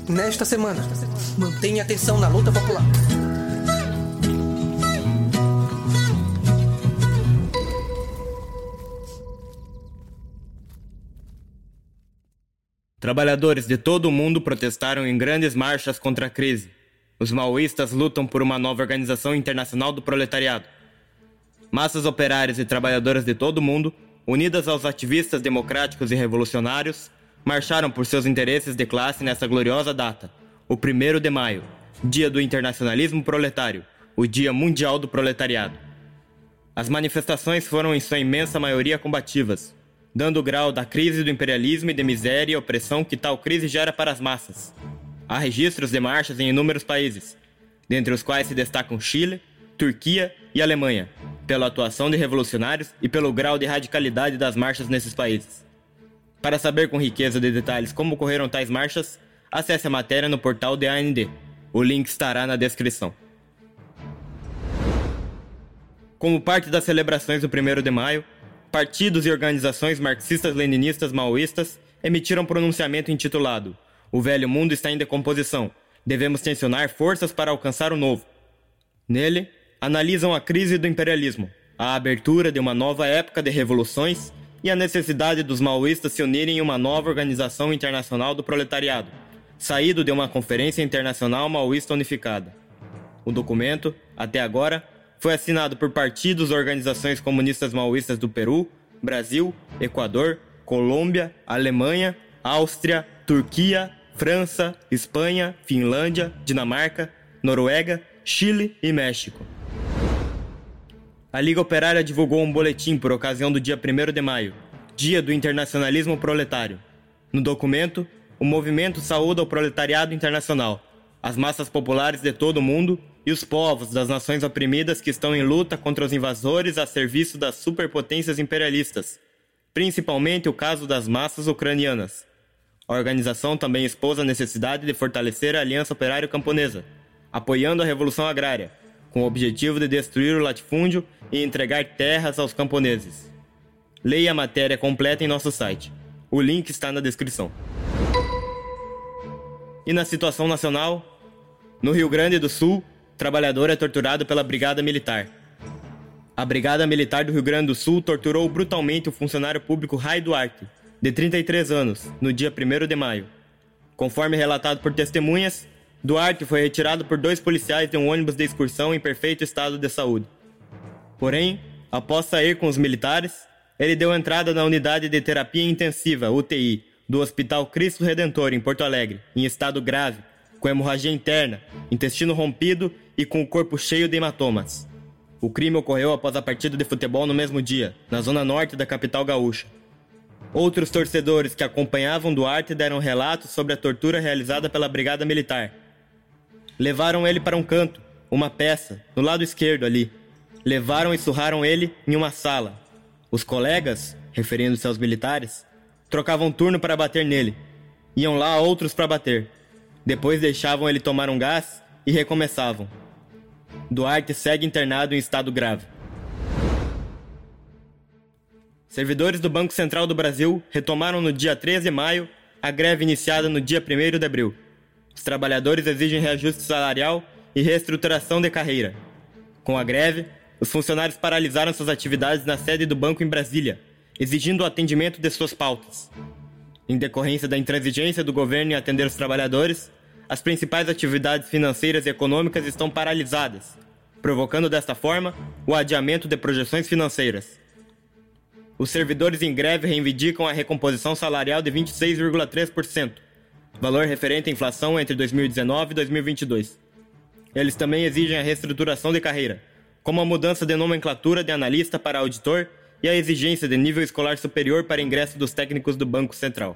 Nesta semana, mantenha atenção na luta popular. Trabalhadores de todo o mundo protestaram em grandes marchas contra a crise. Os maoístas lutam por uma nova organização internacional do proletariado. Massas operárias e trabalhadoras de todo o mundo, unidas aos ativistas democráticos e revolucionários, marcharam por seus interesses de classe nessa gloriosa data, o 1º de maio, Dia do Internacionalismo Proletário, o Dia Mundial do Proletariado. As manifestações foram em sua imensa maioria combativas, dando o grau da crise do imperialismo e de miséria e opressão que tal crise gera para as massas. Há registros de marchas em inúmeros países, dentre os quais se destacam Chile, Turquia e Alemanha, pela atuação de revolucionários e pelo grau de radicalidade das marchas nesses países. Para saber com riqueza de detalhes como ocorreram tais marchas, acesse a matéria no portal de AND. O link estará na descrição. Como parte das celebrações do 1º de maio, partidos e organizações marxistas-leninistas maoístas emitiram um pronunciamento intitulado "O velho mundo está em decomposição. Devemos tensionar forças para alcançar o novo". Nele, analisam a crise do imperialismo, a abertura de uma nova época de revoluções e a necessidade dos maoístas se unirem em uma nova organização internacional do proletariado, saído de uma conferência internacional maoísta unificada. O documento, até agora, foi assinado por partidos e organizações comunistas maoístas do Peru, Brasil, Equador, Colômbia, Alemanha, Áustria, Turquia, França, Espanha, Finlândia, Dinamarca, Noruega, Chile e México. A Liga Operária divulgou um boletim por ocasião do dia 1º de maio, Dia do Internacionalismo Proletário. No documento, o movimento saúda o proletariado internacional, as massas populares de todo o mundo e os povos das nações oprimidas que estão em luta contra os invasores a serviço das superpotências imperialistas, principalmente o caso das massas ucranianas. A organização também expôs a necessidade de fortalecer a Aliança Operário-Camponesa, apoiando a Revolução Agrária, com o objetivo de destruir o latifúndio e entregar terras aos camponeses. Leia a matéria completa em nosso site. O link está na descrição. E na situação nacional, no Rio Grande do Sul, trabalhador é torturado pela Brigada Militar. A Brigada Militar do Rio Grande do Sul torturou brutalmente o funcionário público Ray Duarte, de 33 anos, no dia 1º de maio. Conforme relatado por testemunhas, Duarte foi retirado por 2 policiais de um ônibus de excursão em perfeito estado de saúde. Porém, após sair com os militares, ele deu entrada na unidade de terapia intensiva, UTI, do Hospital Cristo Redentor, em Porto Alegre, em estado grave, com hemorragia interna, intestino rompido e com o corpo cheio de hematomas. O crime ocorreu após a partida de futebol no mesmo dia, na zona norte da capital gaúcha. Outros torcedores que acompanhavam Duarte deram relatos sobre a tortura realizada pela Brigada Militar. Levaram ele para um canto, uma peça, no lado esquerdo ali. Levaram e surraram ele em uma sala. Os colegas, referindo-se aos militares, trocavam turno para bater nele. Iam lá outros para bater. Depois deixavam ele tomar um gás e recomeçavam. Duarte segue internado em estado grave. Servidores do Banco Central do Brasil retomaram no dia 13 de maio a greve iniciada no dia 1º de abril. Os trabalhadores exigem reajuste salarial e reestruturação de carreira. Com a greve, os funcionários paralisaram suas atividades na sede do banco em Brasília, exigindo o atendimento de suas pautas. Em decorrência da intransigência do governo em atender os trabalhadores, as principais atividades financeiras e econômicas estão paralisadas, provocando desta forma o adiamento de projeções financeiras. Os servidores em greve reivindicam a recomposição salarial de 26,3%, valor referente à inflação entre 2019 e 2022. Eles também exigem a reestruturação de carreira, como a mudança de nomenclatura de analista para auditor e a exigência de nível escolar superior para ingresso dos técnicos do Banco Central.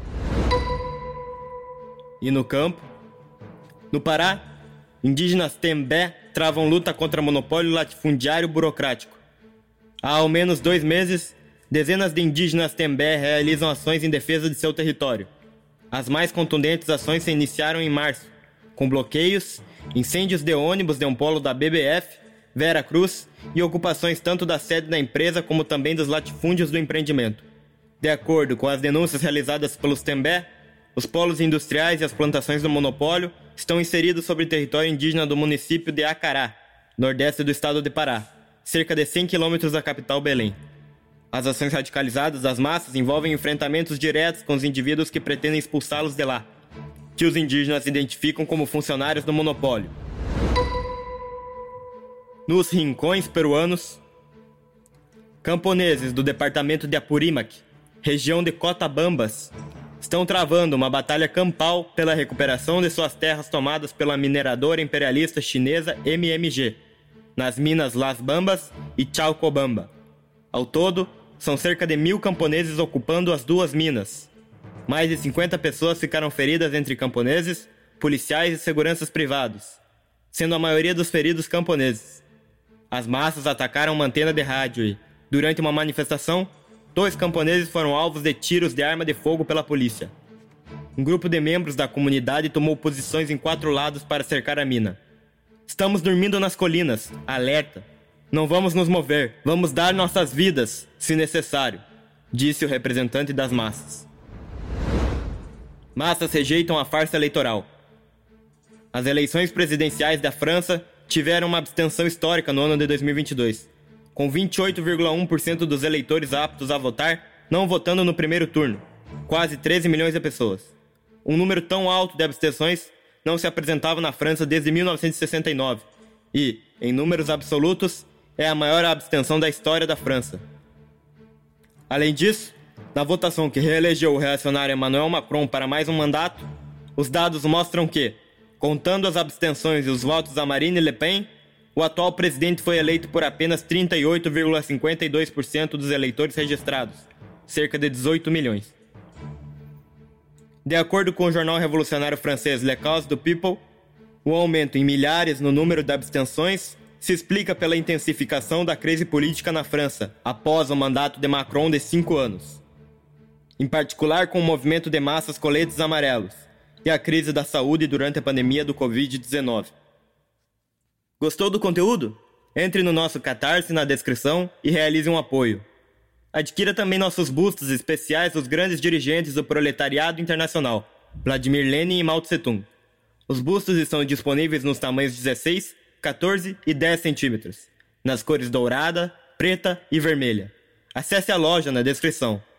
E no campo? No Pará, indígenas Tembé travam luta contra o monopólio latifundiário burocrático. Há ao menos 2 meses, dezenas de indígenas Tembé realizam ações em defesa de seu território. As mais contundentes ações se iniciaram em março, com bloqueios, incêndios de ônibus de um polo da BBF, Vera Cruz e ocupações tanto da sede da empresa como também dos latifúndios do empreendimento. De acordo com as denúncias realizadas pelos Tembé, Os polos industriais e as plantações do monopólio estão inseridos sobre o território indígena do município de Acará, nordeste do estado de Pará, cerca de 100 quilômetros da capital Belém. As ações radicalizadas das massas envolvem enfrentamentos diretos com os indivíduos que pretendem expulsá-los de lá, que os indígenas identificam como funcionários do monopólio. Nos rincões peruanos, camponeses do departamento de Apurímac, região de Cotabambas, estão travando uma batalha campal pela recuperação de suas terras tomadas pela mineradora imperialista chinesa MMG, nas minas Las Bambas e Chalcobamba. Ao todo, são cerca de 1.000 camponeses ocupando as duas minas. Mais de 50 pessoas ficaram feridas entre camponeses, policiais e seguranças privados, sendo a maioria dos feridos camponeses. As massas atacaram uma antena de rádio e, durante uma manifestação, 2 camponeses foram alvos de tiros de arma de fogo pela polícia. Um grupo de membros da comunidade tomou posições em 4 lados para cercar a mina. Estamos dormindo nas colinas, alerta. Não vamos nos mover, vamos dar nossas vidas, se necessário, disse o representante das massas. Massas rejeitam a farsa eleitoral. As eleições presidenciais da França tiveram uma abstenção histórica no ano de 2022. Com 28,1% dos eleitores aptos a votar não votando no primeiro turno, quase 13 milhões de pessoas. Um número tão alto de abstenções não se apresentava na França desde 1969 e, em números absolutos, é a maior abstenção da história da França. Além disso, na votação que reelegeu o reacionário Emmanuel Macron para mais um mandato, os dados mostram que, contando as abstenções e os votos da Marine Le Pen, o atual presidente foi eleito por apenas 38,52% dos eleitores registrados, cerca de 18 milhões. De acordo com o jornal revolucionário francês Le Cause du People, o aumento em milhares no número de abstenções se explica pela intensificação da crise política na França após o mandato de Macron de 5 anos. Em particular com o movimento de massas coletes amarelos e a crise da saúde durante a pandemia do Covid-19. Gostou do conteúdo? Entre no nosso Catarse na descrição e realize um apoio. Adquira também nossos bustos especiais dos grandes dirigentes do proletariado internacional, Vladimir Lenin e Mao Tse-tung. Os bustos estão disponíveis nos tamanhos 16, 14 e 10 centímetros, nas cores dourada, preta e vermelha. Acesse a loja na descrição.